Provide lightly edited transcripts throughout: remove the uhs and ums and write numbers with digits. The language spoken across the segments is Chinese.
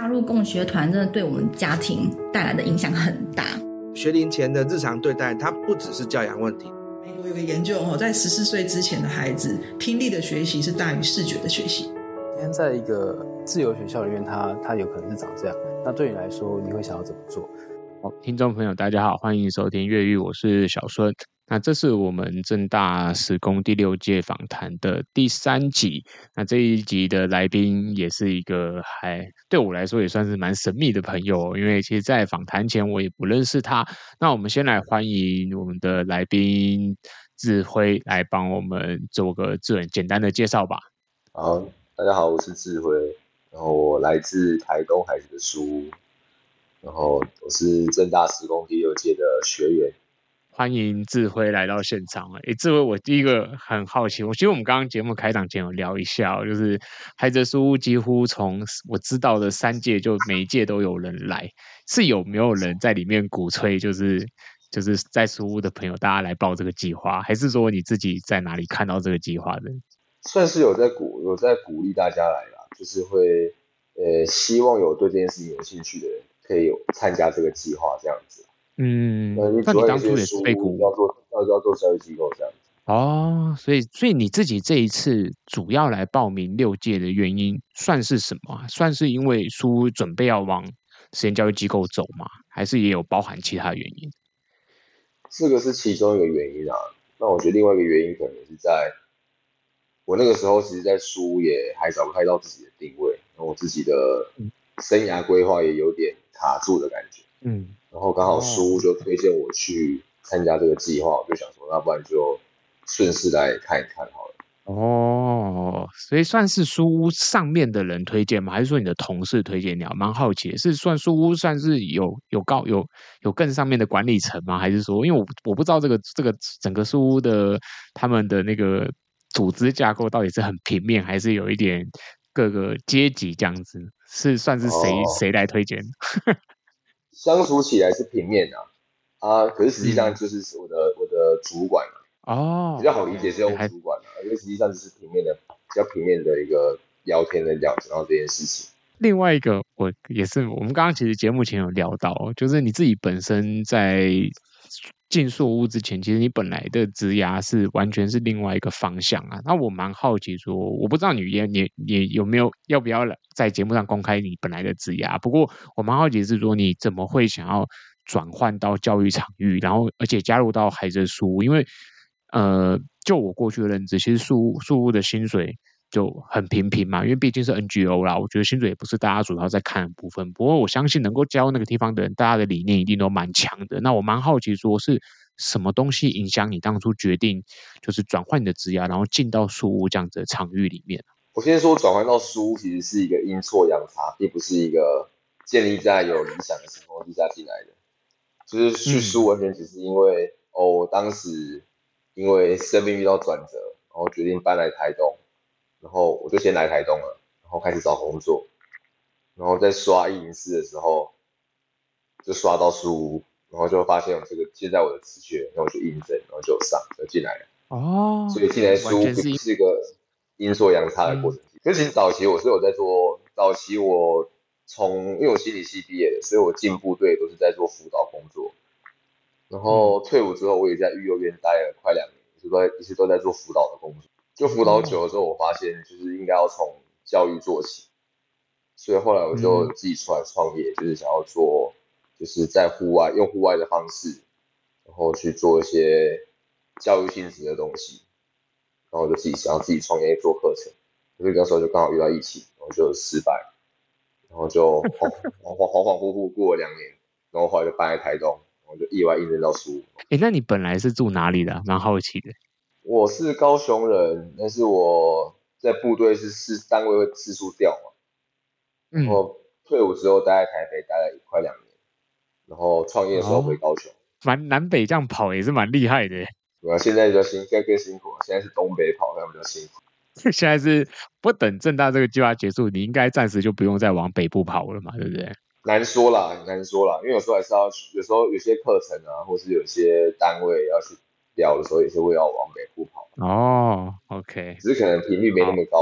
加入共学团真的对我们家庭带来的影响很大。 学龄前的日常对待，它不只是教养问题。 美国有个研究，在14岁之前的孩子，听力的学习是大于视觉的学习。 今天在一个自由学校里面，它有可能是长这样，那对你来说，你会想要怎么做？ 听众朋友大家好，欢迎收听越狱，我是小孙。那这是我们政大实工第6届访谈的第3集。那这一集的来宾也是一个对我来说也算是蛮神秘的朋友，因为其实在访谈前我也不认识他。那我们先来欢迎我们的来宾智辉来帮我们做个简单的介绍吧。 好，大家好，我是智辉，然后我来自台东海子的书屋，然后我是政大实工第6届的学员。 欢迎智辉来到现场。智辉，我第一个很好奇，其实我们刚刚节目开场前有聊一下，就是海子书屋几乎从我知道的3届就每一届都有人来，是有没有人在里面鼓吹，就是在书屋的朋友大家来报这个计划，还是说你自己在哪里看到这个计划的？ 算是有在鼓励大家来啦，就是会希望有对这件事情有兴趣的人可以有参加这个计划这样子。 那你当初也是被鼓要做教育机构这样子。 哦，所以你自己这一次主要来报名6届的原因算是什么？算是因为书屋准备要往实验教育机构走吗？还是也有包含其他原因？ 这个是其中一个原因啊。那我觉得另外一个原因可能是在我那个时候，其实在书屋也还找不太到自己的定位，然后我自己的生涯规划也有点卡住的感觉。然后刚好书屋就推荐我去参加这个计划，我就想说，那不然就顺势来看一看好了。 所以算是书屋上面的人推荐吗？还是说你的同事推荐你？蛮好奇的，是算书屋算是有更上面的管理层吗？还是说，因为我不知道这个整个书屋的他们的那个组织架构到底是很平面，还是有一点各个阶级这样子？是算是谁来推荐？ 相处起来是平面可是实际上就是我的主管比较好理解是用主管因为实际上就是比较平面的一个聊天的讲到这件事情。 另外一个我们刚刚其实节目前有聊到，就是你自己本身在进书屋之前，其实你本来的职涯是完全是另外一个方向啊。那我蛮好奇说，我不知道你有没有要不要在节目上公开你本来的职涯，不过我蛮好奇是说你怎么会想要转换到教育场域，然后而且加入到海子书屋，因为就我过去的认知，其实书屋的薪水就很平平嘛，因为毕竟是 NGO 啦，我觉得薪水也不是大家主要在看的部分。不过我相信能够加入那个地方的人，大家的理念一定都蛮强的。那我蛮好奇说是什么东西影响你当初决定就是转换你的职涯，然后进到书屋这样子的场域里面？ 我先说转换到书屋其实是一个阴错阳差，并不是一个建立在有理想的情况之下进来的。就是去书屋完全只是因为我当时因为生命遇到转折，然后决定搬来台东。然后我就先来台东了，然后开始找工作，然后在刷104的时候就刷到书屋，然后就发现有这个现在我的职缺，然后我就应征，然后就进来了。所以进来书屋并不是一个阴错阳差的过程。可是其实早期我是有在做，因为我心理系毕业的，所以我进部队都是在做辅导工作。然后退伍之后，我也在育幼院待了快2年，一直都在做辅导的工作。就辅导久了之后，我发现就是应该要从教育做起，所以后来我就自己出来创业，就是想要做，就是在用户外的方式，然后去做一些教育性质的东西，然后就想要自己创业做课程，所以那时候就刚好遇到疫情，然后就失败，然后就恍恍惚惚过了2年，然后后来就搬来台东，然后就意外应征到书屋。 那你本来是住哪里的？蛮好奇的。 我是高雄人，但是我在部队是单位会四处调嘛，然后退伍之后待在台北待了快2年，然后创业的时候回高雄。 蛮南北这样跑也是蛮厉害的。 对啊，现在更辛苦了，现在是东北跑，那比较辛苦。 现在是不等政大这个计划结束，你应该暂时就不用再往北部跑了嘛，对不对？ 难说啦，因为有时候还是有时候有些课程或是有些单位要去调的时候，也是会要往北部跑。 OK， 只是可能频率没那么高而已。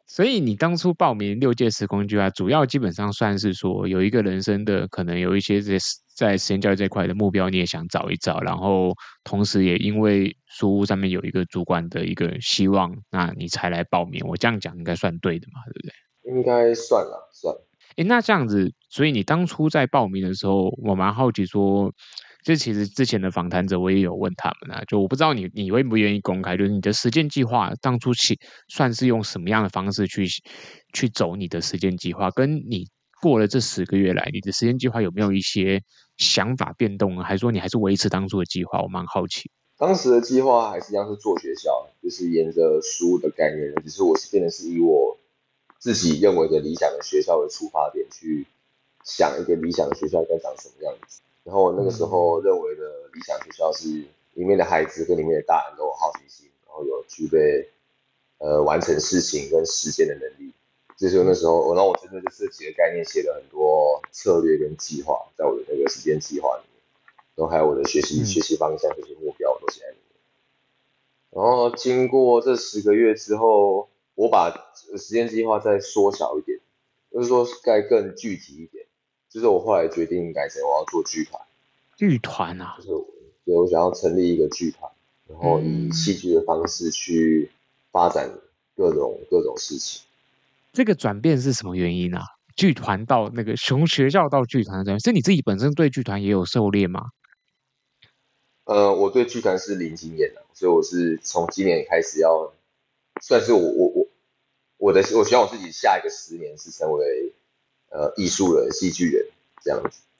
所以你当初报名6届时空计划，主要基本上算是说有一个人生的可能有一些在实验教育这块的目标，你也想找一找，然后同时也因为书屋上面有一个主管的一个希望，那你才来报名。我这样讲应该算对的嘛，对不对？ 应该算了，算。 那这样子，所以你当初在报名的时候，我蛮好奇说，就其实之前的访谈者我也有问他们啊，就我不知道你愿不愿意公开，就是你的实践计划当初算是用什么样的方式去走你的实践计划，跟你过了这10个月来，你的实践计划有没有一些想法变动呢？还是说你还是维持当初的计划？我蛮好奇。 当时的计划还是一样是做学校，就是沿着书的概念，只是我变成是以我自己认为的理想的学校为出发点，去想一个理想的学校该长什么样子。然后那个时候认为的理想学校是里面的孩子跟里面的大人都有好奇心，然后有具备完成事情跟实践的能力。这就是那时候，然后我真的就这几个概念写了很多策略跟计划，在我的那个时间计划里面，然后还有我的学习方向、这些目标都写在里面。然后经过这10个月之后，我把时间计划再缩小一点，就是说该更具体一点。就是我后来决定改成我要做剧团。 剧团啊， 就是我想要成立一个剧团，然后以戏剧的方式去发展各种事情。 这个转变是什么原因啊？剧团到那个从学校到剧团的转变，是你自己本身对剧团也有涉猎吗？ 我对剧团是零经验的，所以我是从今年开始要，算是我希望我自己下一个10年是成为艺术人、戏剧人这样子。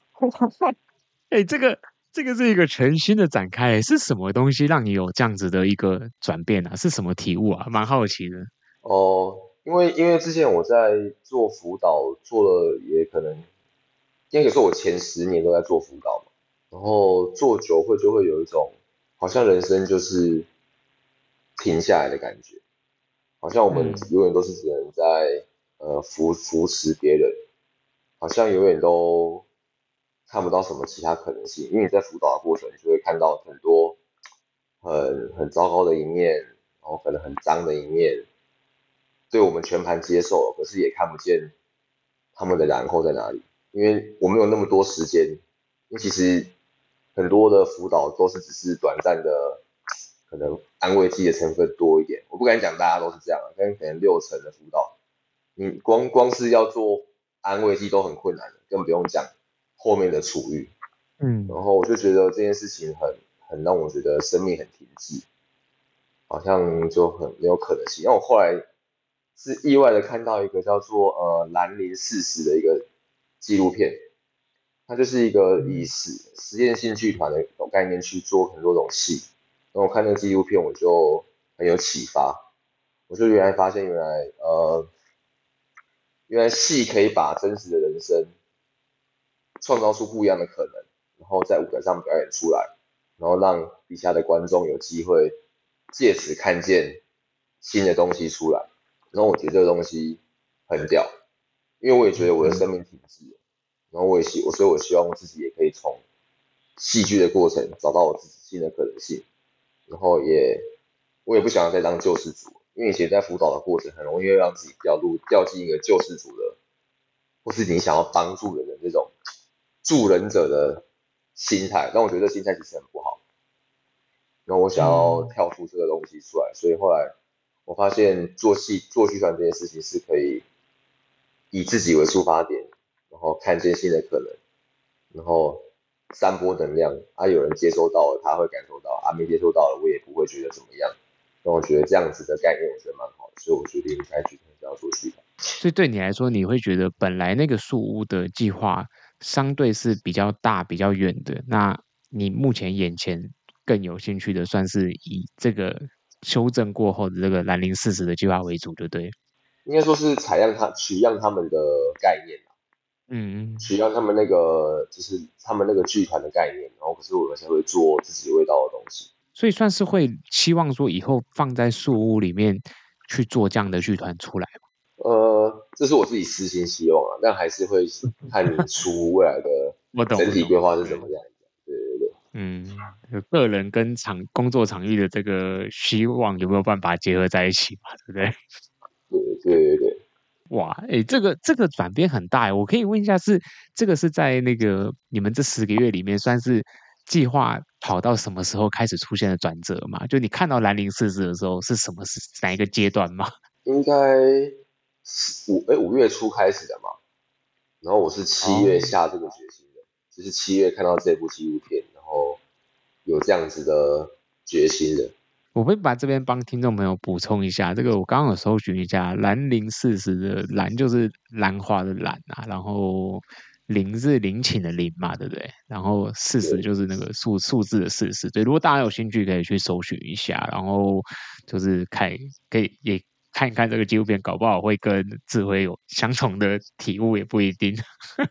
这个是一个全新的展开，是什么东西让你有这样子的一个转变啊？是什么体悟啊？蛮好奇的。 因为之前我在做辅导，做了也可能，应该说我前10年都在做辅导嘛，然后做久就会有一种好像人生就是停下来的感觉，好像我们永远都是只能在扶持别人，好像永远都看不到什么其他可能性，因为你在辅导的过程，你就会看到很多很糟糕的一面，然后可能很脏的一面，对我们全盘接受了，可是也看不见他们的然后在哪里，因为我没有那么多时间，因为其实很多的辅导都是只是短暂的，可能安慰剂的成分多一点，我不敢讲大家都是这样，但可能60%的辅导，你光是要做安慰剂都很困难了，更不用讲后面的处遇。然后我就觉得这件事情很让我觉得生命很停滞，好像就很没有可能性。因为我后来是意外的看到一个叫做兰陵40的一个纪录片，它就是一个以实验性剧团的概念去做很多种戏。然后我看那个纪录片我就很有启发，我就原来发现原来戏可以把真实的人生创造出不一样的可能，然后在舞台上表演出来，然后让底下的观众有机会借此看见新的东西出来。然后我觉得这个东西很屌，因为我也觉得我的生命停滞了，然后所以我希望自己也可以从戏剧的过程找到我自己新的可能性，然后我也不想要再当救世主，因为以前在辅导的过程很容易会让自己掉进一个救世主的，或是你想要帮助人的这种助人者的心态，但我觉得这心态其实很不好。然后我想要跳出这个东西出来，所以后来我发现做剧团这件事情是可以以自己为出发点，然后看见新的可能，然后散播能量啊，有人接收到了他会感受到啊，没接收到了我也不会觉得怎么样。那我觉得这样子的概念我觉得蛮好的，所以我决定开剧团要做剧团。 所以对你来说，你会觉得本来那个树屋的计划相对是比较大、比较远的，那你目前眼前更有兴趣的，算是以这个修正过后的这个兰陵40的计划为主，对不对？ 应该说是取样他们的概念，取样他们那个就是他们那个剧团的概念，然后可是我们才会做自己味道的东西。 所以算是会希望说以后放在树屋里面去做这样的剧团出来吗？ 这是我自己私心希望啊，但还是会看出未来的整体规划是怎么样。对， 个人跟工作场域的这个希望有没有办法结合在一起嘛？对不对？ 对， 对对对， 哇，这个转变很大哎！我可以问一下这个是在那个你们这10个月里面，算是计划跑到什么时候开始出现的转折吗？就你看到兰陵40的时候是哪一个阶段吗？ 应该五月初开始的嘛，然后我是7月下这个决心的，就是7月看到这部纪录片，然后有这样子的决心的。 我会把这边帮听众朋友补充一下，这个我刚刚有搜寻一下，兰陵40的兰就是兰花的兰啊，然后陵是陵寝的陵嘛，对不对？然后40就是那个数字的40，对。如果大家有兴趣，可以去搜寻一下，然后就是可以也看一看这个纪录片，搞不好会跟智慧有相同的体悟，也不一定。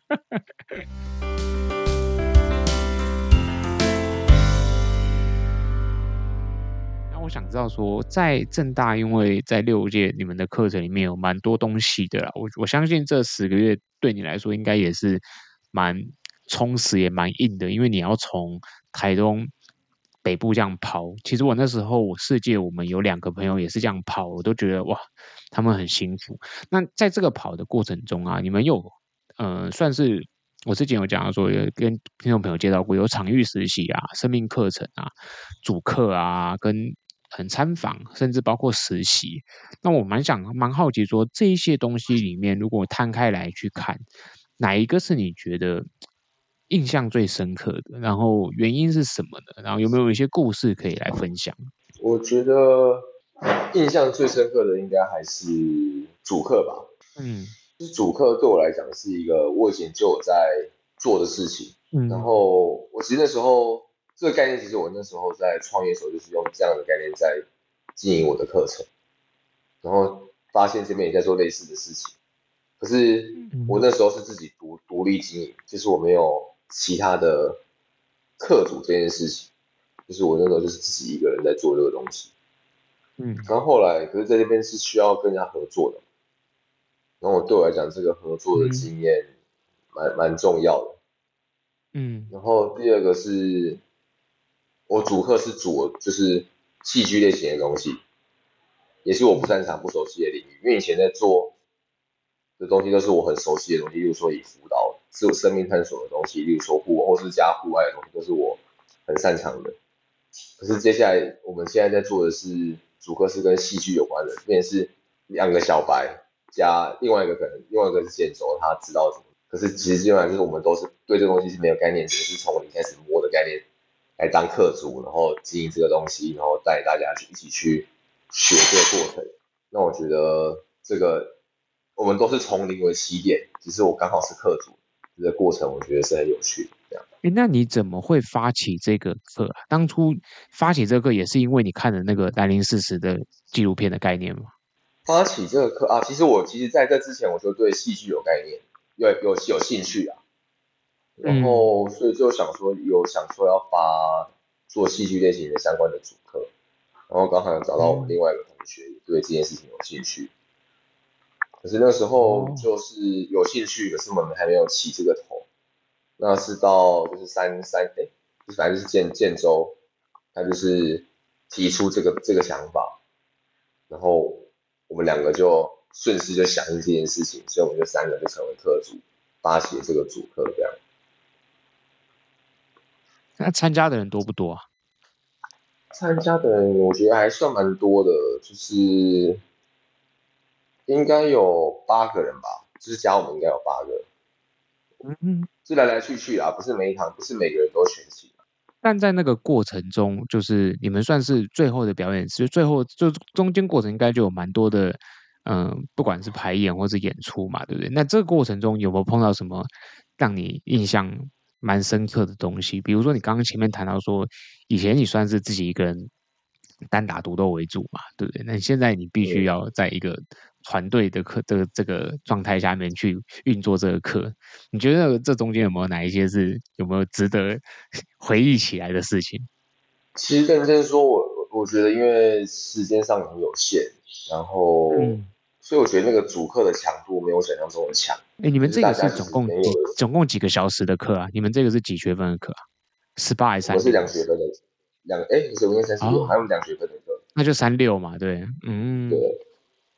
我想知道说，在政大，因为在6届你们的课程里面有蛮多东西的啦，我相信这10个月对你来说应该也是蛮充实，也蛮硬的，因为你要从台东北部这样跑。其实我那时候4届我们有2个朋友也是这样跑，我都觉得哇，他们很辛苦。那在这个跑的过程中啊，你们有算是我之前有讲到说，有跟听众朋友介绍过，有场域实习啊、生命课程啊、主课啊，跟参访，甚至包括实习。那我蛮好奇说，这一些东西里面，如果摊开来去看，哪一个是你觉得印象最深刻的？然后原因是什么呢？然后有没有一些故事可以来分享？ 我觉得印象最深刻的应该还是主课吧。就是主课对我来讲是一个我以前就有在做的事情。然后我其实那时候这个概念，其实我那时候在创业的时候就是用这样的概念在经营我的课程，然后发现这边也在做类似的事情。可是我那时候是自己独立经营，就是我没有其他的课主这件事情，就是我那时候就是自己一个人在做这个东西。然后后来可是在这边是需要跟人家合作的，然后对我来讲这个合作的经验蛮重要的。然后第二个是我主课是就是戏剧类型的东西，也是我不擅长不熟悉的领域，因为以前在做的东西都是我很熟悉的东西，例如说以辅导是有生命探索的东西，例如说或是加户外的东西，都是我很擅长的。可是接下来我们现在在做的是主课是跟戏剧有关的，变成是2个小白加另外一个是建州，他知道什么。可是其实基本上就是我们都是对这个东西是没有概念，只是从零开始摸的概念来当课主，然后经营这个东西，然后带大家一起去学这个过程。那我觉得这个我们都是从零为起点，只是我刚好是课主，这个过程我觉得是很有趣的。这样。 那你怎么会发起这个课啊？当初发起这个课也是因为你看了那个兰陵40的纪录片的概念吗？ 发起这个课啊，其实在这之前我就对戏剧有概念，有兴趣啊，然后所以就想说要做戏剧类型的相关的主课，然后刚好有找到我们另外一个同学也对这件事情有兴趣，可是那时候就是有兴趣，可是我们还没有起这个头。那是到就是反正就是建州，他就是提出这个想法，然后我们2个就顺势就响应这件事情，所以我们就3个就成为课主，发起这个主课这样。 那参加的人多不多啊？ 参加的人我觉得还算蛮多的，就是应该有8个人吧，就是加我们应该有8个。是来来去去啊，不是每个人都全勤。 但在那个过程中，就是你们算是最后的表演，最后就中间过程应该就有蛮多的，不管是排演或是演出嘛，对不对？那这个过程中有没有碰到什么让你印象蛮深刻的东西？比如说你刚刚前面谈到说，以前你算是自己一个人单打独斗为主嘛，对不对？那现在你必须要在一个团队的课这个状态下面去运作这个课，你觉得这中间有没有哪一些有没有值得回忆起来的事情？ 其实认真说，我觉得因为时间上很有限，然后所以我觉得那个主课的强度没有想象中的强。 你们这个是总共几个小时的课啊？你们这个是几学分的课啊？18还是36？ 我是2学分的，2，我应该36，还有2学分的课， 那就36嘛，对， 对。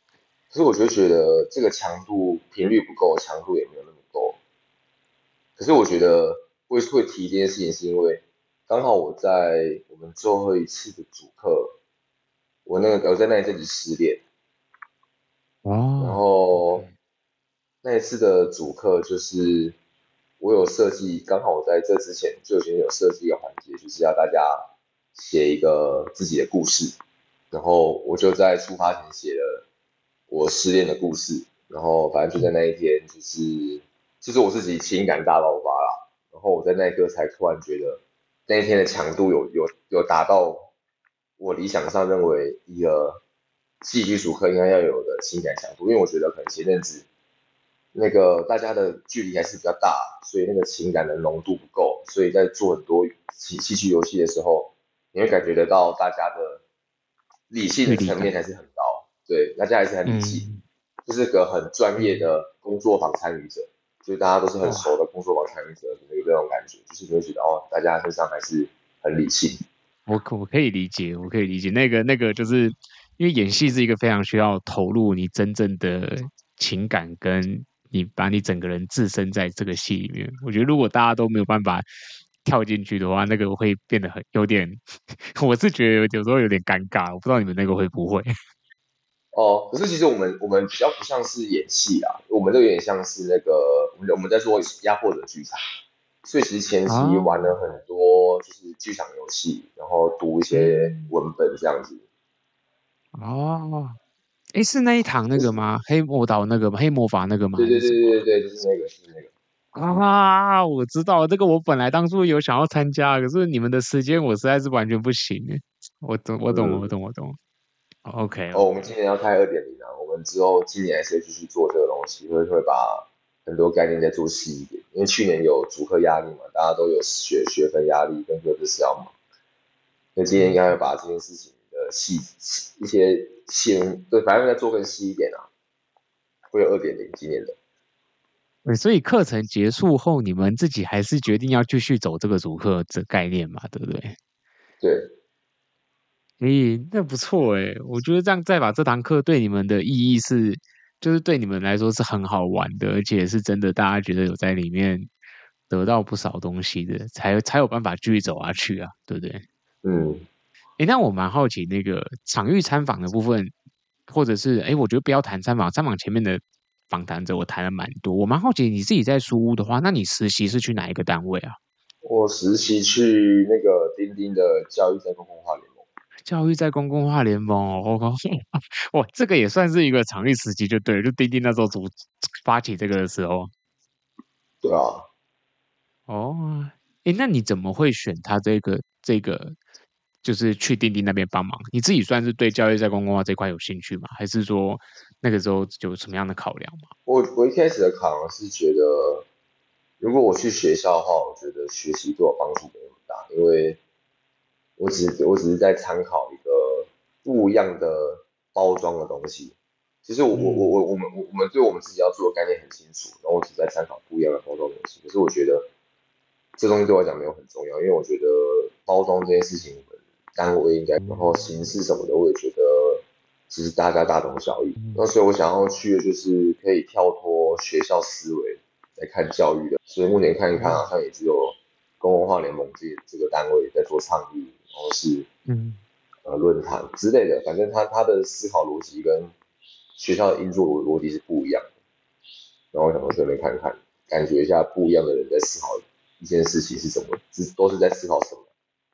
可是我就觉得这个强度频率不够，强度也没有那么够。可是我觉得会提这件事情，是因为刚好我在我们最后一次的主课，我在那一阵子失恋，然哦， 后那一次的主课就是我有设计，刚好我在这之前就已经有设计一个环节，就是要大家写一个自己的故事，然后我就在出发前写了我失恋的故事，然后反正就在那一天，就是我自己情感大爆发啦，然后我在那一刻才突然觉得那一天的强度有达到我理想上认为一个戏剧主课应该要有的情感强度，因为我觉得可能前阵子那个大家的距离还是比较大，所以那个情感的浓度不够，所以在做很多戏剧游戏的时候，你会感觉得到大家的理性的层面还是很高，对，大家还是很理性，就是个很专业的工作坊参与者，所以大家都是很熟的工作坊参与者的那种感觉，就是你会觉得哦，大家身上还是很理性。 我可以理解，我可以理解那个，就是因为演戏是一个非常需要投入你真正的情感，跟你把你整个人置身在这个戏里面。我觉得如果大家都没有办法跳进去的话，那个会变得有点，我是觉得有时候有点尴尬。我不知道你们那个会不会？ 哦，可是其实我们比较不像是演戏啦，我们这个有点像是那个我们在做压迫者剧场，所以其实前期玩了很多就是剧场游戏，然后读一些文本这样子。 哦，诶，是那一堂那个吗？黑魔导那个吗？黑魔法那个吗？ 对对还是什么？ 对对对，就是那个，就是那个。 啊，我知道这个，我本来当初有想要参加，可是你们的时间我实在是完全不行耶。我懂，我懂，我嗯， 懂，我懂。OK 哦，我 OK， 们今年要开2.0啊，我们之后今年还是会继续做这个东西，会把很多概念再做细一点，因为去年有主课压力嘛，大家都有学分压力跟课是要忙，那今年应该会把这件事情的一些对，反正再做更细一点啊，会有2.0今年的。 所以课程结束后，你们自己还是决定要继续走这个主课这概念嘛，对不对？ 对， 诶，那不错诶，我觉得这样再把这堂课对你们的意义是，就是对你们来说是很好玩的，而且是真的大家觉得有在里面得到不少东西的，才有办法继续走下去啊，对不对？ 嗯。 诶，那我蛮好奇那个场域参访的部分，或者是我觉得不要谈参访，参访前面的访谈者我谈了蛮多，我蛮好奇你自己在书屋的话，那你实习是去哪一个单位啊？ 我实习去那个钉钉的教育在公共化联盟。 教育在公共化联盟哦，哇，这个也算是一个场域时期就对了，就钉钉那时候发起这个的时候， 对啊， 哦，那你怎么会选他这个，就是去钉钉那边帮忙？你自己算是对教育在公共化这块有兴趣吗？还是说那个时候有什么样的考量吗？ 我一开始的考量是觉得，如果我去学校的话，我觉得学习对我帮助没有很大，因为我只是在参考一个不一样的包装的东西。其实我们对我们自己要做的概念很清楚，然后我只是在参考不一样的包装东西。可是我觉得这东西对我来讲没有很重要，因为我觉得包装这件事情，我们单位应该，然后形式什么的，我也觉得其实大家大同小异。那所以我想要去的就是可以跳脱学校思维来看教育的，所以目前看一看，好像也只有公共化联盟这个单位在做倡议，然后是论坛之类的，反正他的思考逻辑跟学校的运作逻辑是不一样的。然后我想说顺便看看，感觉一下不一样的人在思考一件事情是什么，都是在思考什么。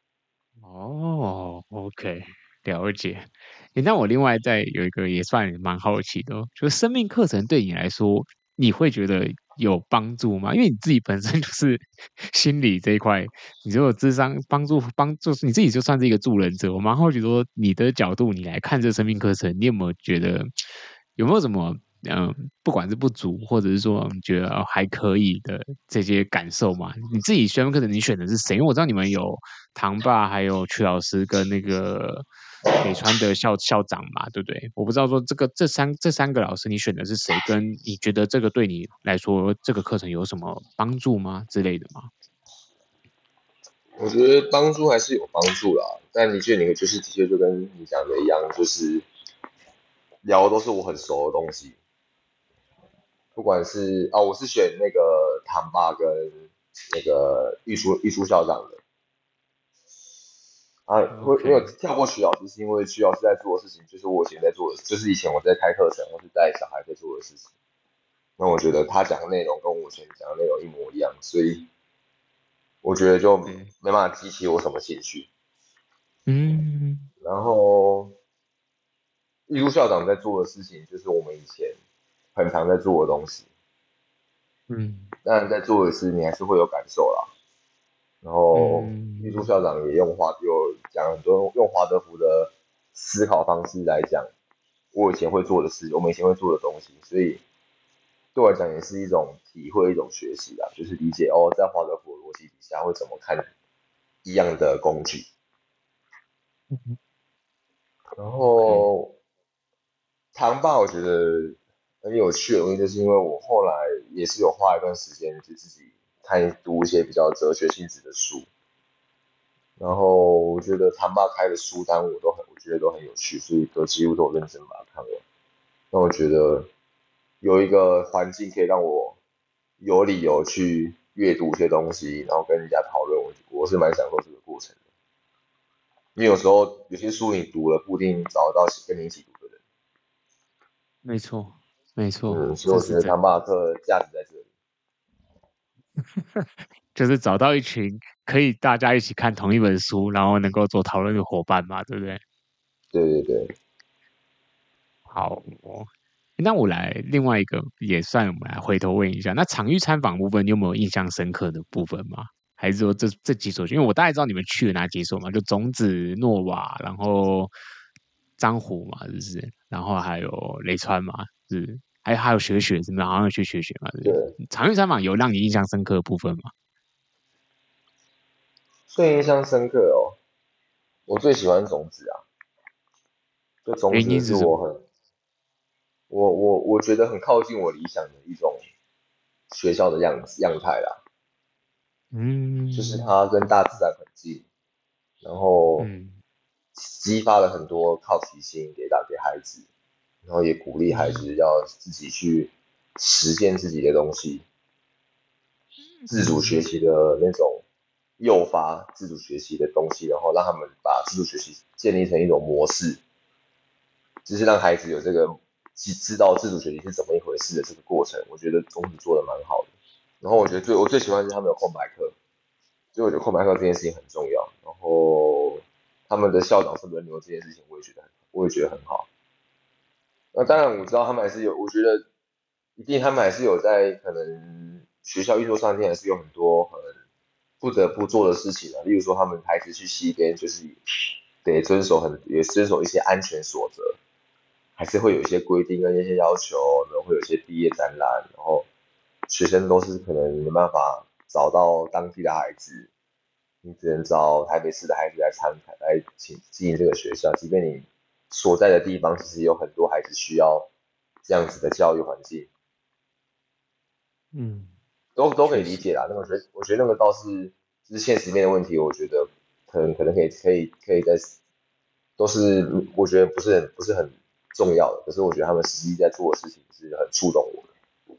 哦，OK，了解。那我另外再有一个也算蛮好奇的哦，就是生命课程对你来说，你会觉得有帮助吗？因为你自己本身就是心理这一块，你就有智商帮助，你自己就算是一个助人者。我蛮好奇说，你的角度你来看这生命课程，你有没有觉得有没有什么不管是不足，或者是说你觉得还可以的这些感受嘛？你自己学生课程你选的是谁？因为我知道你们有唐爸，还有曲老师跟那个北川的校长嘛，对不对？我不知道说这三个老师你选的是谁，跟你觉得这个对你来说这个课程有什么帮助吗之类的吗？ 我觉得帮助还是有帮助啦，但的确你就是的确就跟你讲的一样，就是聊的都是我很熟的东西，不管是我是选那个堂爸跟那个玉书校长的没有跳过徐老师，是因为徐老师在做的事情就是我以前在做的，就是以前我在开课程或是带小孩在做的事情。那我觉得他讲的内容跟我以前讲的内容一模一样，所以我觉得就没办法激起我什么兴趣。然后艺术校长在做的事情，就是我们以前很常在做的东西。当然在做的事你还是会有感受啦。然后艺术校长也有讲很多用华德福的思考方式来讲我以前会做的事，我们以前会做的东西，所以对我来讲也是一种体会，一种学习啦，就是理解在华德福的逻辑底下会怎么看一样的工具。然后堂爸我觉得很有趣的东西，就是因为我后来也是有花一段时间就自己读一些比较哲学性质的书，然后我觉得堂爸开的书单我觉得都很有趣，所以几乎都有认真把它看完。那我觉得有一个环境可以让我有理由去阅读一些东西，然后跟人家讨论，我是蛮享受这个过程的。因为有时候有些书你读了，不一定找得到跟你一起读的人。 没错，没错。 所以我觉得堂爸的课价值在这里。 就是找到一群可以大家一起看同一本书，然后能够做讨论的伙伴嘛，对不对？ 对对对。 好那我来另外一个也算，我们来回头问一下，那场域参访部分你有没有印象深刻的部分吗？还是说这几所？因为我大概知道你们去了哪几所嘛，就种子、诺瓦，然后彰湖嘛，是不是？然后还有雷川嘛，是还有学是不是？好像有去学嘛，是不是？ 对。 场域参访有让你印象深刻的部分吗？ 最印象深刻我最喜欢种子啊，就种子是我觉得很靠近我理想的一种学校的样态啦。就是它跟大自然很近，然后激发了很多好奇心给孩子，然后也鼓励孩子要自己去实践自己的东西，自主学习的那种诱发自主学习的东西，然后让他们把自主学习建立成一种模式，就是让孩子有这个知道自主学习是怎么一回事的这个过程。我觉得种子做的蛮好的。然后我觉得我最喜欢的是他们有空白课，所以我觉得空白课这件事情很重要。然后他们的校长是轮流这件事情，我也觉得很好。那当然我知道他们还是有，我觉得一定他们还是有在可能学校运作上面还是有很多很不得不做的事情啊。例如说他们孩子去西边就是得遵守一些安全守则，还是会有一些规定跟一些要求，然后会有一些毕业展览，然后学生都是可能没办法找到当地的孩子，你只能找台北市的孩子来经营这个学校，即便你所在的地方其实有很多孩子需要这样子的教育环境。都可以理解啦。那我觉得那个倒是就是现实面的问题，我觉得可能可以在都是我觉得不是很重要的，可是我觉得他们实际在做的事情是很触动我的。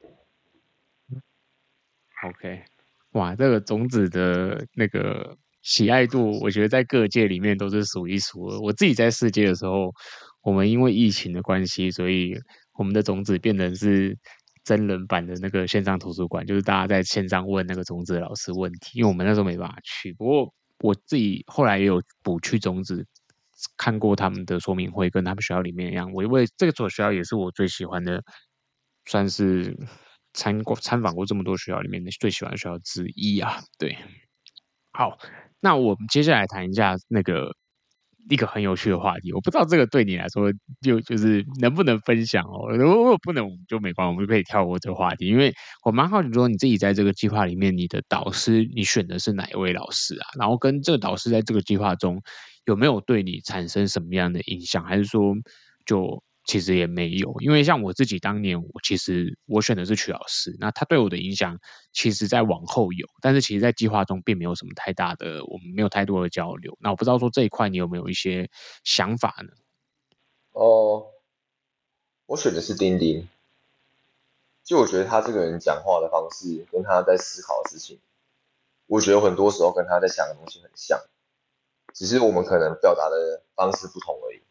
OK， 哇，这个种子的那个喜爱度，我觉得在各界里面都是数一数二。我自己在世界的时候，我们因为疫情的关系，所以我们的种子变成是真人版的那个线上图书馆，就是大家在线上问那个种子的老师问题，因为我们那时候没办法去。不过我自己后来也有补去种子，看过他们的说明会，跟他们学校里面一样。我因为这所学校也是我最喜欢的，算是参访过这么多学校里面的最喜欢的学校之一啊。对，好，那我们接下来谈一下那个一个很有趣的话题。我不知道这个对你来说就是能不能分享哦？如果不能，我们就没关系，我们就可以跳过这个话题。因为我蛮好奇说，你自己在这个计划里面，你的导师你选的是哪一位老师啊？然后跟这个导师在这个计划中有没有对你产生什么样的影响？还是说就其实也没有？因为像我自己当年，其实我选的是曲老师，那他对我的影响，其实在往后有，但是其实在计划中并没有什么太大的，我们没有太多的交流。那我不知道说这一块你有没有一些想法呢？ 我选的是丁丁，就我觉得他这个人讲话的方式跟他在思考的事情，我觉得很多时候跟他在想的东西很像，只是我们可能表达的方式不同而已。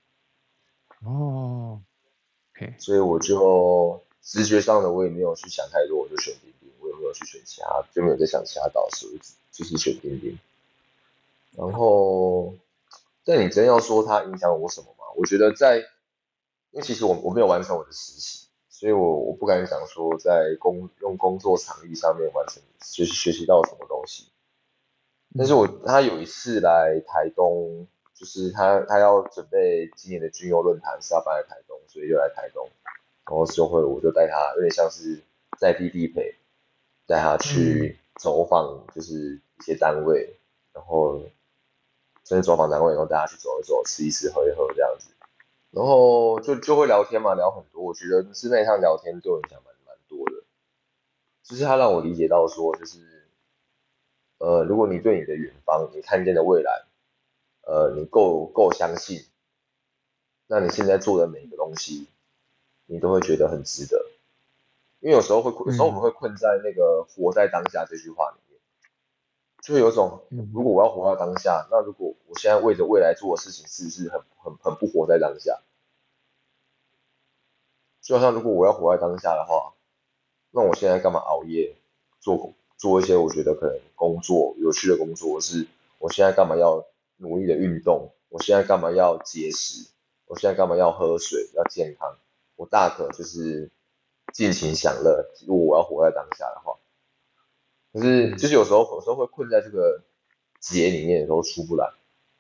哦，OK， 所以我就直觉上的我也没有去想太多，我就选丁丁，我也没有去选其他，就没有在想其他导师，我就是选丁丁。然后，但你真要说它影响我什么吗？我觉得因为其实我没有完成我的实习，所以我不敢讲说在用工作场域上面完成学习到什么东西。但是他有一次来台东，就是他要准备今年的军优论坛是要办在台东，所以就来台东，然后我就带他有点像是在地陪，带他去走访就是一些单位，然后甚至走访单位，然后带他去走一走，吃一吃，喝一喝这样子，然后就会聊天嘛，聊很多。我觉得是那一趟聊天对我影响蛮多的，就是他让我理解到说，就是如果你对你的远方，你看见的未来，你够相信，那你现在做的每一个东西，你都会觉得很值得。因为有时候我们会困在那个活在当下这句话里面，就会有一种，如果我要活在当下，那如果我现在为着未来做的事情，是不是很不活在当下？就好像如果我要活在当下的话，那我现在干嘛熬夜做一些我觉得可能有趣的工作，是我现在干嘛要努力的运动？我现在干嘛要节食？我现在干嘛要喝水？要健康？我大可就是尽情享乐。如果我要活在当下的话，可是就是有时候会困在这个结里面，有时候出不来。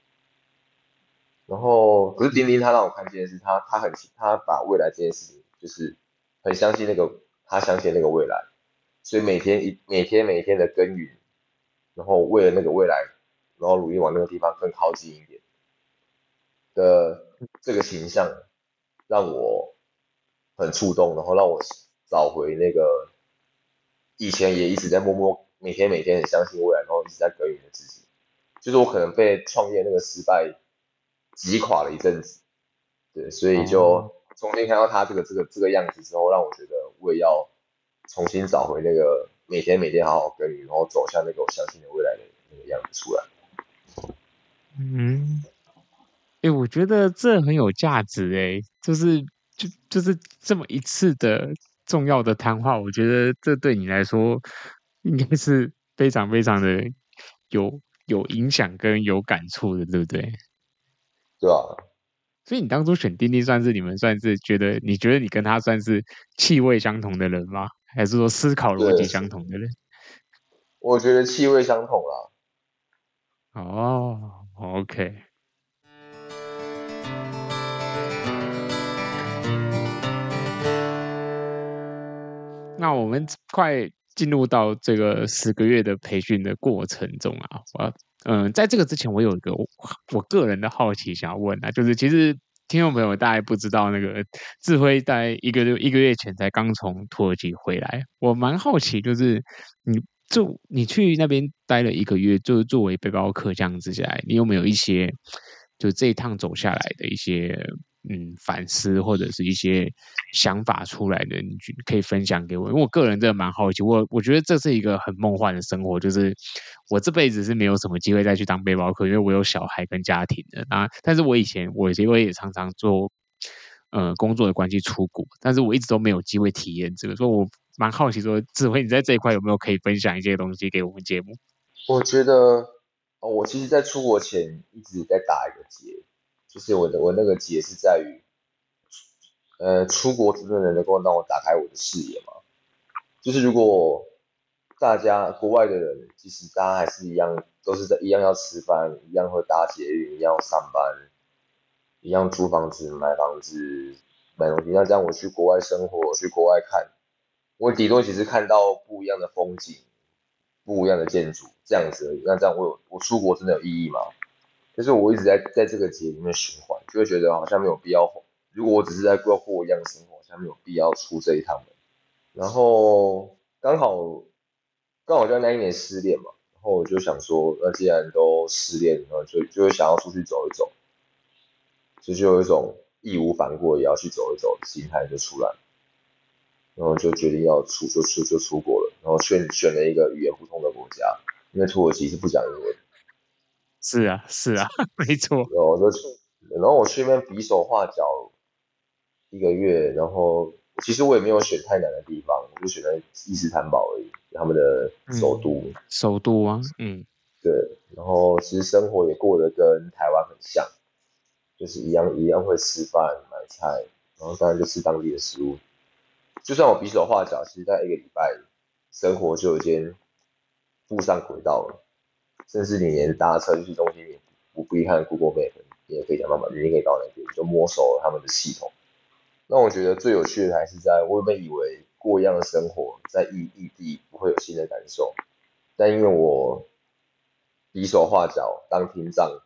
然后可是丁丁他让我看见的是他把未来这件事情就是很相信他相信那个未来。所以每天的耕耘，然后为了那个未来，然后努力往那个地方更靠近一点的这个形象，让我很触动，然后让我找回那个以前也一直在默默每天很相信未来，然后一直在耕耘的自己。就是我可能被创业那个失败击垮了一阵子，对，所以就重新看到他这个样子之后，让我觉得我也要重新找回那个每天好好耕耘，然后走向那个我相信的未来的那个样子出来。 我觉得这很有价值就是这么一次的重要的谈话，我觉得这对你来说应该是非常非常的有影响跟有感触的，对不对？ 对啊， 所以你当初选丁丁，你们算是你觉得你跟他算是气味相同的人吗？还是说思考逻辑相同的人？ 我觉得气味相同啦。 哦，OK。那我们快进入到这个10个月的培训的过程中啊，在这个之前，我有一个我个人的好奇想要问啊，就是其实听众朋友大概不知道，那个智辉在一个月前才刚从土耳其回来，我蛮好奇，就是你去那边待了1个月，就是作为背包客这样子下来，你有没有一些就这一趟走下来的一些反思或者是一些想法出来的，你可以分享给我？因为我个人真的蛮好奇，我觉得这是一个很梦幻的生活，就是我这辈子是没有什么机会再去当背包客，因为我有小孩跟家庭的啊。但是我以前我也常常做工作的关系出国，但是我一直都没有机会体验这个，所以我蛮好奇说，智慧你在这一块有没有可以分享一些东西给我们节目？ 我觉得我其实在出国前一直在打一个结，就是我那个结是在于出国真的能够让我打开我的视野嘛。就是如果大家国外的人，其实大家还是一样，都是一样要吃饭，一样会搭捷运，一样要上班，一样租房子、买房子、买东西。那这样我去国外生活，去国外看，我顶多只是看到不一样的风景、不一样的建筑这样子而已。那这样我出国真的有意义吗？就是我一直在这个节里面循环，就会觉得好像没有必要。如果我只是在过一样的生活，好像没有必要出这一趟门。然后刚好就那一年失恋嘛，然后我就想说，那既然都失恋，然后就想要出去走一走，就有一种义无反顾也要去走一走的心态就出来，然后就决定要就出国了，然后选了一个语言不通的国家，因为土耳其是不讲英文。 是啊，是啊，没错。 然后我去那边比手画脚1个月，然后其实我也没有选太难的地方，我就选了伊斯坦堡而已，他们的首都。 首都啊， 对，然后其实生活也过得跟台湾很像，就是一样会吃饭买菜，然后当然就吃当地的食物。就算我比手画脚，其实在1个礼拜，生活就已经步上轨道了，甚至你连搭车去中心点不必看 Google Map， 你也可以想办法，你也可以到那边就摸熟了他们的系统。那我觉得最有趣的还是我原本以为过一样的生活，在异地不会有新的感受，但因为我比手画脚当听障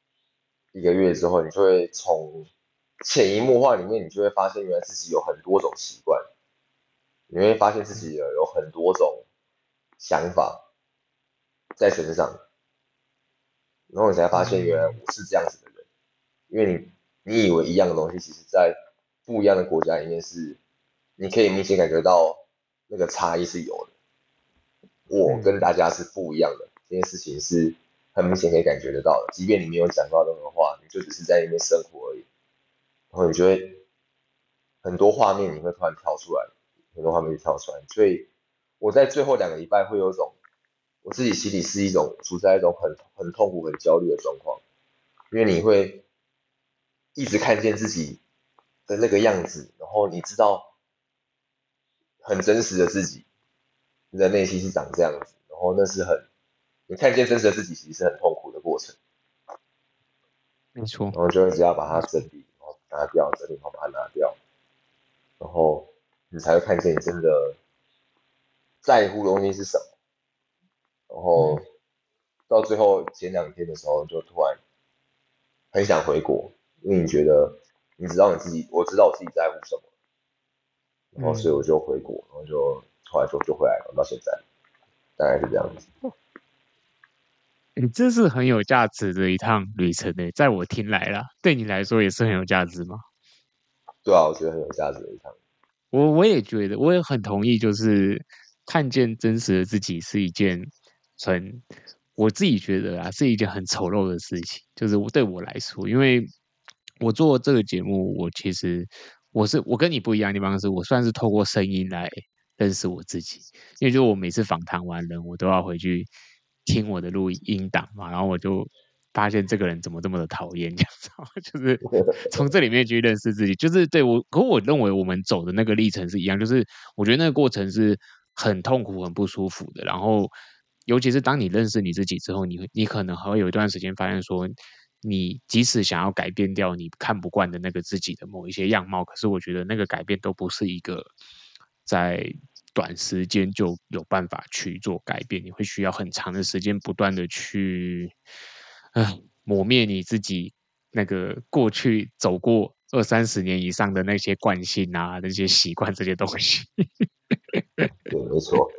1个月之后，你就会从潜移默化里面，你就会发现原来自己有很多种习惯，你会发现自己有很多种想法在身上，然后你才发现原来我是这样子的人，因为你以为一样的东西，其实在不一样的国家里面是你可以明显感觉到那个差异是有的。我跟大家是不一样的，这件事情是很明显可以感觉得到的，即便你没有讲到任何话，你就只是在那边生活而已，然后你就会很多画面你会突然跳出来，很多画面就跳出来，所以我在最后2个礼拜会有一种我自己心里是处在一种很痛苦很焦虑的状况，因为你会一直看见自己的那个样子，然后你知道很真实的自己，你的内心是长这样子，然后那是你看见真实的自己其实是很痛苦的过程， 没错。 然后就一直要把它整理，然后拿掉，整理，然后把它拿掉，然后你才会看见你真的在乎的东西是什么，然后到最后前2天的时候，就突然很想回国，因为你觉得你知道我知道我自己在乎什么，然后所以我就回国，然后后来就回来了，到现在大概是这样子。 你这是很有价值的一趟旅程诶，在我听来啦，对你来说也是很有价值吗？ 对啊，我觉得很有价值的一趟。 我也觉得，我也很同意，就是看见真实的自己是一件我自己觉得啊，是一件很丑陋的事情。就是对我来说，因为我做这个节目，其实我跟你不一样的地方是，我算是透过声音来认识我自己。因为就我每次访谈完人，我都要回去听我的录音档嘛，然后我就发现这个人怎么这么的讨厌，这样子，就是从这里面去认识自己。就是可我认为我们走的那个历程是一样，就是我觉得那个过程是很痛苦、很不舒服的。然后，尤其是当你认识你自己之后，你可能还会有一段时间发现说，你即使想要改变掉你看不惯的那个自己的某一些样貌，可是我觉得那个改变都不是一个在短时间就有办法去做改变，你会需要很长的时间不断的去磨灭你自己那个过去走过20-30年以上的那些惯性啊，那些习惯这些东西。 对，没错。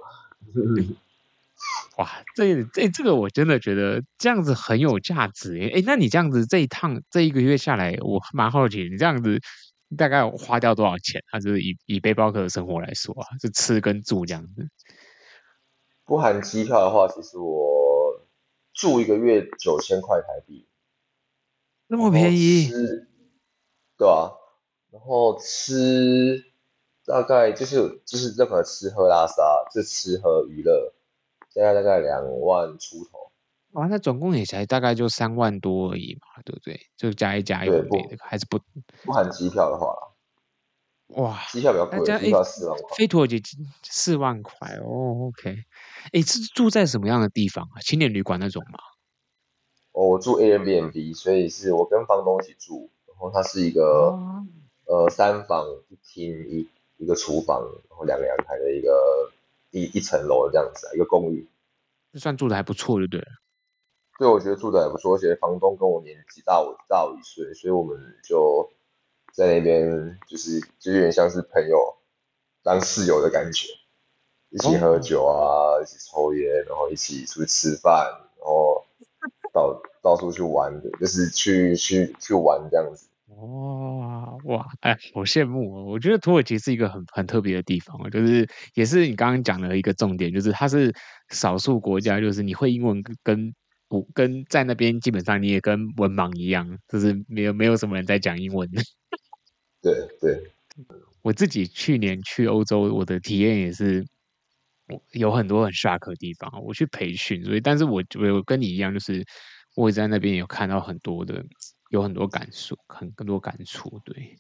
哇，这个我真的觉得这样子很有价值诶。那你这样子这1个月下来，我蛮好奇，你这样子大概花掉多少钱？就是以背包客的生活来说啊，就吃跟住这样子。 不含机票的话，其实我住1个月9000块台币， 那么便宜？ 对啊，然后吃大概就是任何吃喝拉撒，就吃喝娱乐，现在大概2万出头。 哇，那总共也才大概就3万多而已嘛，对不对？就加一加有对， 的没的，还是不含机票的话， 哇？ 机票比较贵，机票4万块。 飞土耳其4万块哦，OK。是住在什么样的地方啊？青年旅馆那种吗？ 我住 Airbnb， 所以是我跟房东一起住，然后它是一个3房1厅一个厨房，然后2个阳台的一层楼这样子一个公寓， 就算住的还不错，就对了。 对，我觉得住的还不错，而且房东跟我年纪大我1岁，所以我们就在那边就有点像是朋友当室友的感觉，一起喝酒啊，一起抽烟，然后一起出去吃饭，然后到处去玩的，就是去玩这样子。 哇，哎，好羡慕哦！我觉得土耳其是一个很特别的地方，就是也是你刚刚讲的一个重点，就是它是少数国家，就是你会英文跟在那边基本上你也跟文盲一样，就是没有什么人在讲英文的。 对对， 我自己去年去欧洲，我的体验也是，我有很多很 shock 的地方。我去培训，所以但是我跟你一样，就是我也在那边有看到有很多感受，更多感触。对，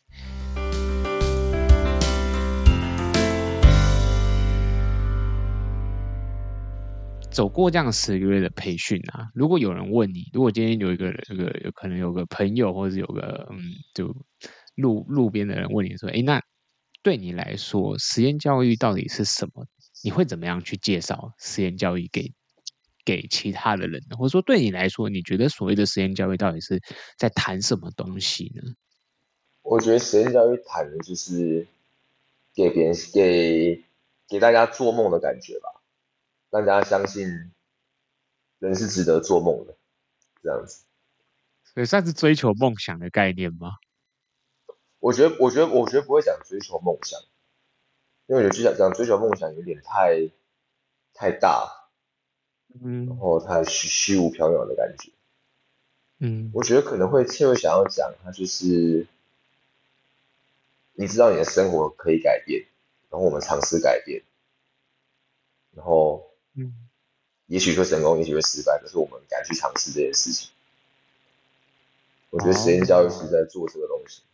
走过这样10个月的培训啊，如果有人问你，如果今天有一个有可能有个朋友，或者是有个就路边的人问你说，哎，那对你来说，实验教育到底是什么？你会怎么样去介绍实验教育给其他的人呢？或者说对你来说，你觉得所谓的实验教育到底是在谈什么东西呢？ 我觉得实验教育谈的就是给别人给大家做梦的感觉吧，让大家相信人是值得做梦的，这样子。 所以算是追求梦想的概念吗？ 我觉得不会讲追求梦想，因为我觉得讲追求梦想有点太大，然嗯后太虚无缥缈的感觉。 嗯我觉得可能会想要讲，它就是你知道你的生活可以改变，然后我们尝试改变，然后嗯。 也许会成功，也许会失败，可是我们敢去尝试这件事情。我觉得实验教育是哦， 在做这个东西。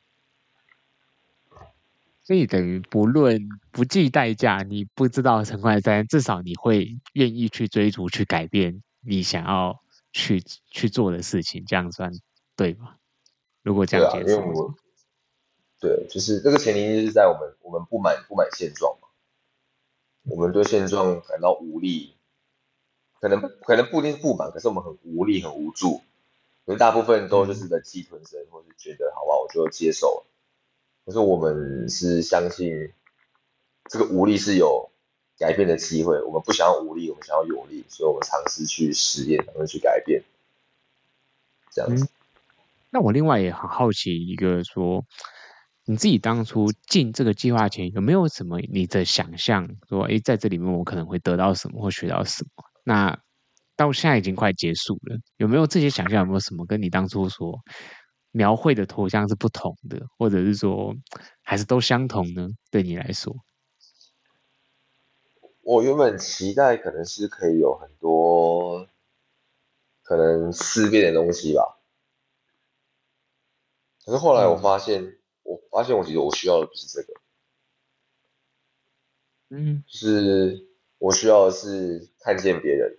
所以等于不计代价，你不知道成败在，至少你会愿意去追逐、去改变你想要去做的事情，这样算对吗？如果这样对啊，因为解释的话， 对，就是这个前提就是在我们不满现状嘛，我们对现状感到无力，可能不一定是不满，可是我们很无力、很无助。可是大部分都就是嗯忍气吞声，或是觉得好吧，我就接受了。可是我们是相信这个无力是有改变的机会，我们不想要无力，我们想要有力，所以我们尝试去实验，尝试去改变，这样嗯。 子。 那我另外也很好奇一个说，你自己当初进这个计划前，有没有什么你的想象？说，诶，在这里面我可能会得到什么或学到什么？那到现在已经快结束了，有没有这些想象？有没有什么跟你当初所描绘的头像是不同的，或者是说还是都相同呢？对你来说， 我原本期待可能是可以有很多可能思辨的东西吧，可是后来我嗯发现，我其实我需要的不是这个， 嗯就是我需要的是看见别人，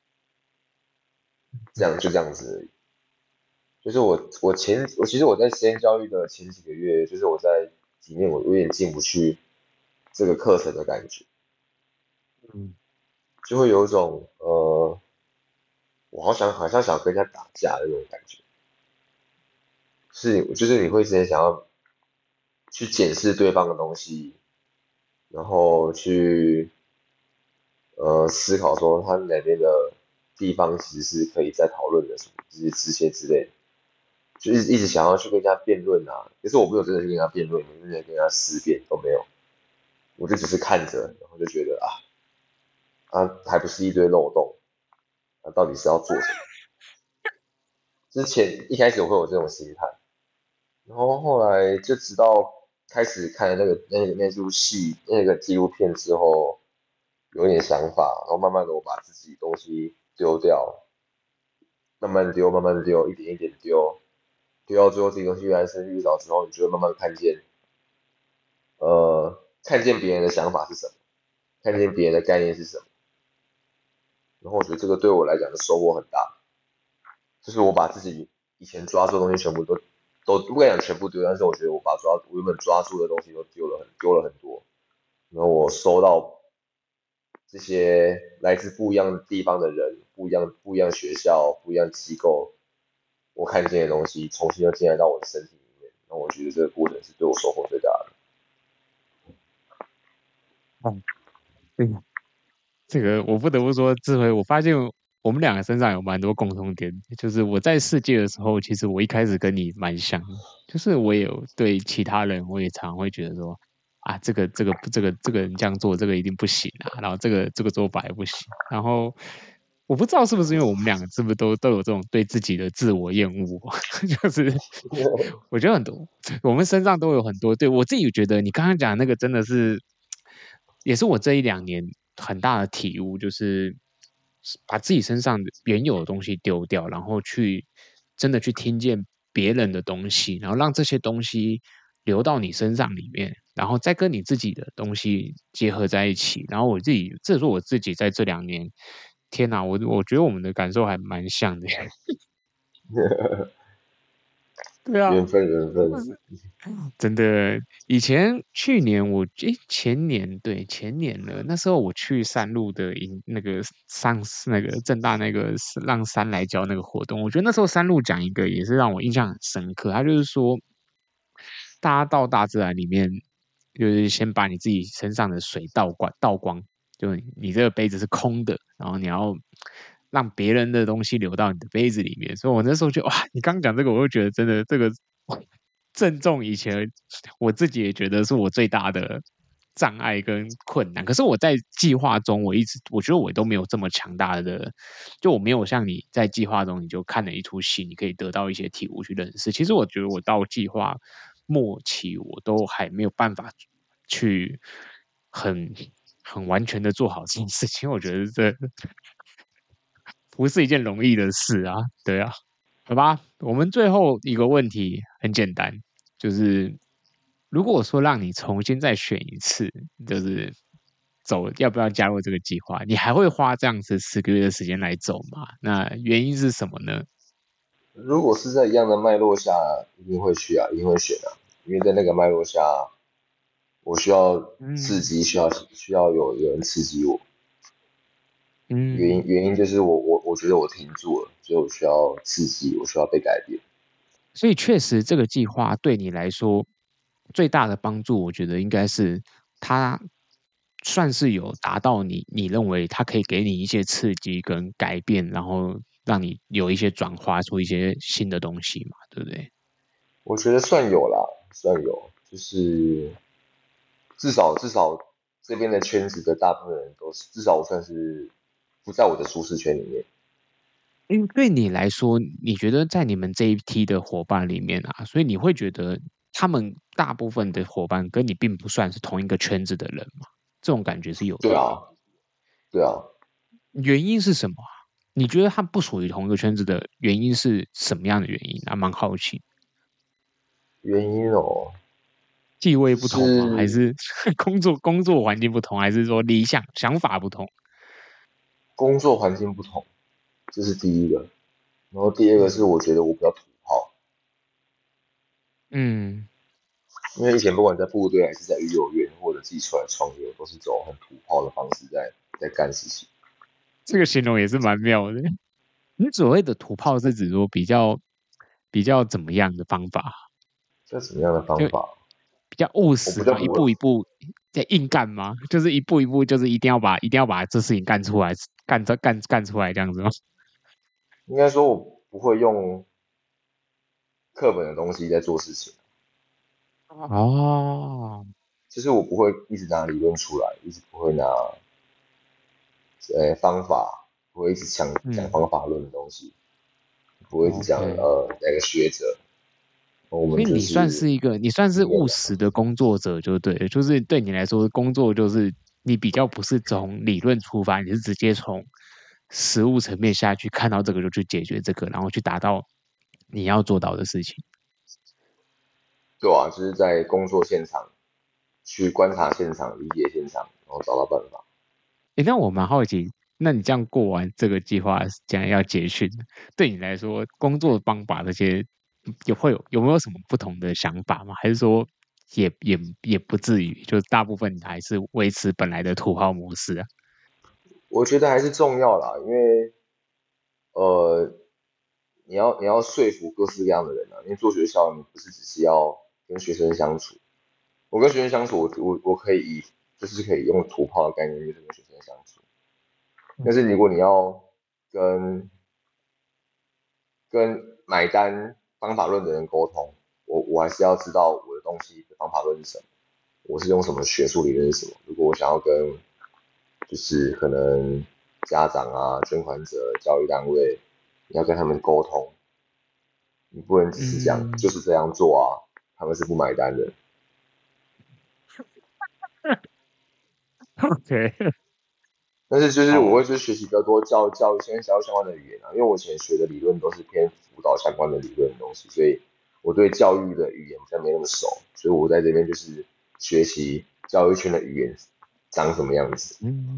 就这样子而已。就是我其实我在实验教育的前几个月，就是我在里面我有点进不去这个课程的感觉， 嗯就会有一种我好像想跟人家打架的那种感觉，就是你会之前想要去检视对方的东西，然后去思考说他哪边的地方其实是可以再讨论的什么这些之类的，就一直想要去跟人家辩论啊，可是我没有真的去跟人家辩论，没有跟人家思辨都没有，我就只是看着，然后就觉得还不是一堆漏洞，到底是要做什么？之前一开始我会有这种心态，然后后来就直到开始看那出戏那个纪录片之后，有点想法，然后慢慢的我把自己东西丢掉，慢慢丢，慢慢丢，一点一点丢，丢到最后自己东西越来越少之后，你就会慢慢看见别人的想法是什么，看见别人的概念是什么，然后我觉得这个对我来讲的收获很大，就是我把自己以前抓住的东西全部都不敢讲全部丢，但是我觉得我原本抓住的东西都丢了很多，然后我收到这些来自不一样地方的人，不一样学校，不一样机构，我看见的东西重新又进来到我的身体里面，那我觉得这个过程是对我收获最大的。 嗯，对，这个我不得不说，智慧，我发现我们两个身上有蛮多共同点，就是我在世界的时候，其实我一开始跟你蛮像的，就是我也有对其他人，我也常会觉得说啊，这个人这样做，这个一定不行啊，然后这个做法也不行，然后我不知道是不是因为我们两个是不是都有这种对自己的自我厌恶，就是我觉得很多我们身上都有很多，对我自己觉得你刚刚讲的那个真的是，也是我这一两年很大的体悟，就是把自己身上的原有的东西丢掉，然后真的去听见别人的东西，然后让这些东西流到你身上里面，然后再跟你自己的东西结合在一起。然后这是我自己在这2年，天哪，我觉得我们的感受还蛮像的。对啊， 缘分缘分。 真的，去年前年对前年了，那时候我去山路的那个那个正大那个让山来教那个活动，我觉得那时候山路讲一个也是让我印象很深刻，他就是说，大家到大自然里面，就是先把你自己身上的水倒光，就你这个杯子是空的，然后你要让别人的东西流到你的杯子里面。所以我那时候就哇，你刚讲这个，我就觉得真的这个正中以前我自己也觉得是我最大的障碍跟困难。可是我在计划中，我觉得我都没有这么强大的，就我没有像你在计划中你就看了一出戏，你可以得到一些体悟去认识。其实我觉得我到计划末期，我都还没有办法去很完全的做好这件事情。我觉得这不是一件容易的事啊，对啊。好吧，我们最后一个问题很简单，就是如果说让你重新再选一次，就是要不要加入这个计划，你还会花这样子10个月的时间来走吗？那原因是什么呢？ 如果是在一样的脉络下，一定会去啊，一定会选啊，因为在那个脉络下，我需要刺激，需要有人刺激我。原因就是我觉得我停住了，所以我需要刺激，我需要被改变。 所以确实，这个计划对你来说最大的帮助，我觉得应该是它算是有达到你认为它可以给你一些刺激跟改变，然后让你有一些转化出一些新的东西嘛，对不对？ 我觉得算有啦，算有，就是至少这边的圈子的大部分人都是，至少我算是不在我的舒适圈里面。 因为对你来说，你觉得在你们这一批的伙伴里面啊，所以你会觉得他们大部分的伙伴跟你并不算是同一个圈子的人嘛？这种感觉是有的。 对啊，对啊。 原因是什么啊？你觉得他不属于同一个圈子的原因是什么样的原因？还蛮好奇。 原因哦， 地位不同吗？还是工作环境不同？还是说想法不同？ 工作环境不同，这是第一个。然后第二个是我觉得我比较土炮。因为以前不管在部队还是在育幼院或者自己出来创业，都是走很土炮的方式在干事情。 这个形容也是蛮妙的。你所谓的土炮是指说比较怎么样的方法？ 这什么样的方法？ 比较务实吗？一步一步在硬干吗？就是一步一步，就是一定要把这事情干出来，干出来这样子吗？ 应该说我不会用课本的东西在做事情。 哦， 就是我不会一直拿理论出来，一直不会拿方法，不会一直讲方法论的东西，不会一直讲那个学者。 所以你算是务实的工作者就对了，就是对你来说工作就是你比较不是从理论出发，你是直接从实物层面下去看到这个就去解决这个，然后去达到你要做到的事情。 对啊，就是在工作现场去观察现场、理解现场，然后找到办法。 那我蛮好奇，那你这样过完这个计划，将要结训，对你来说工作方法这些有没有什么不同的想法吗？还是说也不至于，就大部分还是维持本来的土豪模式啊？ 我觉得还是重要啦，因为你要说服各式各样的人啊，因为做学校你不是只是要跟学生相处，我跟学生相处，我可以就是可以用土炮的概念，就是跟学生相处。但是如果你要跟买单方法论的人沟通，我还是要知道我的东西的方法论是什么，我是用什么学术理论是什么。如果我想要跟就是可能家长啊、捐款者、教育单位，你要跟他们沟通，你不能只是讲就是这样做啊，他们是不买单的。 OK， 但是就是我会去学习比较多教育相关的语言啊，因为我以前学的理论都是偏辅导相关的理论的东西，所以我对教育的语言比较没那么熟，所以我在这边就是学习教育圈的语言长什么样子。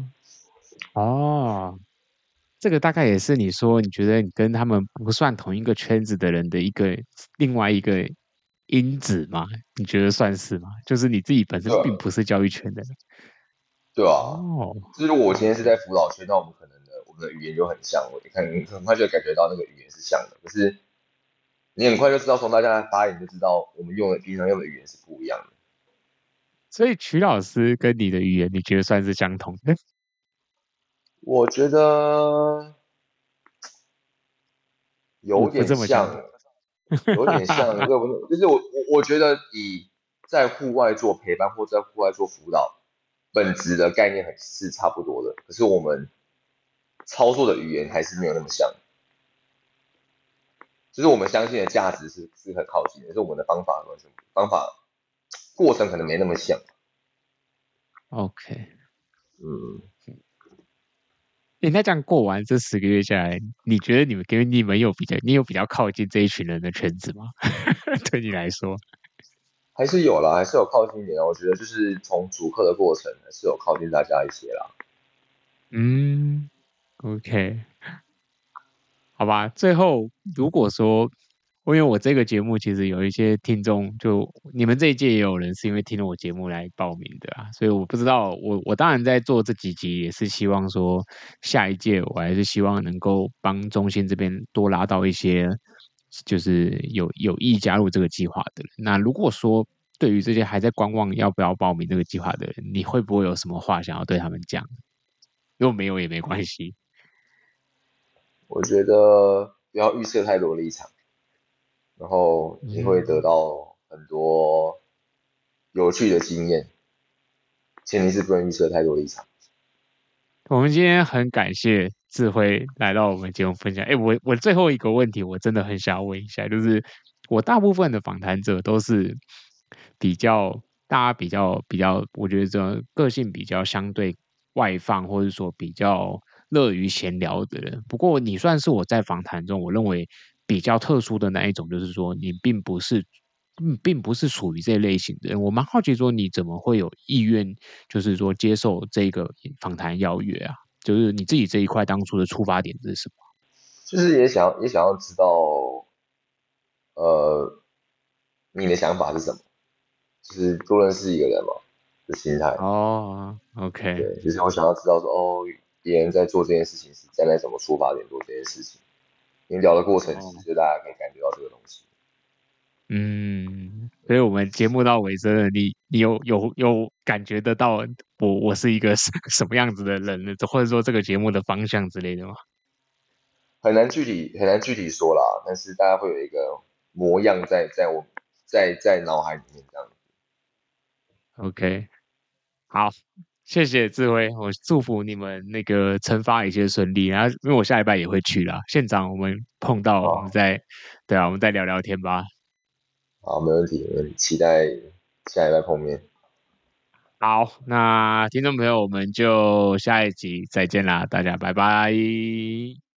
哦，这个大概也是你说你觉得你跟他们不算同一个圈子的人的另外一个因子吗？你觉得算是吗？就是你自己本身并不是教育圈的人。 对啊， 哦， 就是我今天是在辅导圈，那我们的语言就很像，我看你很快就感觉到那个语言是像的，可是你很快就知道从大家的发言就知道我们平常用的语言是不一样的。 所以曲老师跟你的语言，你觉得算是相同的？ 我觉得有点像，有点像，就是我觉得在户外做陪伴或在户外做辅导，本质的概念是差不多的，可是我们操作的语言还是没有那么像。就是我们相信的价值是很靠近的，但是我们的方法过程可能没那么像。 OK， 那这样过完这10个月下来，你觉得你们有比较靠近这一群人的圈子吗？对你来说， 还是有啦，还是有靠近一点。我觉得就是从主课的过程，还是有靠近大家一些啦。 OK， 好吧。最后，如果说，因为我这个节目其实有一些听众，就你们这一届也有人是因为听了我节目来报名的啊，所以我不知道，我当然在做这几集也是希望说，下一届我还是希望能够帮中心这边多拉到一些，就是有意加入这个计划的人。那如果说对于这些还在观望要不要报名这个计划的人，你会不会有什么话想要对他们讲？如果没有也没关系。 我觉得不要预设太多立场，然后你会得到很多有趣的经验，前提是不能预设太多立场。 我们今天很感谢智慧来到我们节目分享。我最后一个问题，我真的很想要问一下，就是我大部分的访谈者都是大家比较，我觉得这个性比较相对外放，或者说比较乐于闲聊的人。不过你算是我在访谈中我认为比较特殊的那一种，就是说你并不是属于这类型的人。我蛮好奇说你怎么会有意愿，就是说接受这个访谈邀约啊？就是你自己这一块当初的出发点是什么？ 就是也想要知道，你的想法是什么？就是多认识一个人嘛的心态。 哦，OK， 对，就是我想要知道说，别人在做这件事情是站在什么出发点做这件事情。你聊的过程，其实就大家可以感觉到这个东西。 所以我们节目到尾声了，你有感觉得到我是一个什么样子的人呢？或者说这个节目的方向之类的吗？ 很难具体说啦，但是大家会有一个模样在脑海里面这样子。 OK， 好，谢谢智慧，我祝福你们那个惩罚一切顺利。然后因为我下礼拜也会去啦，现场我们碰到，我们再聊聊天吧。 好，没问题，期待下礼拜碰面。 好，那听众朋友，我们就下一集再见啦，大家拜拜。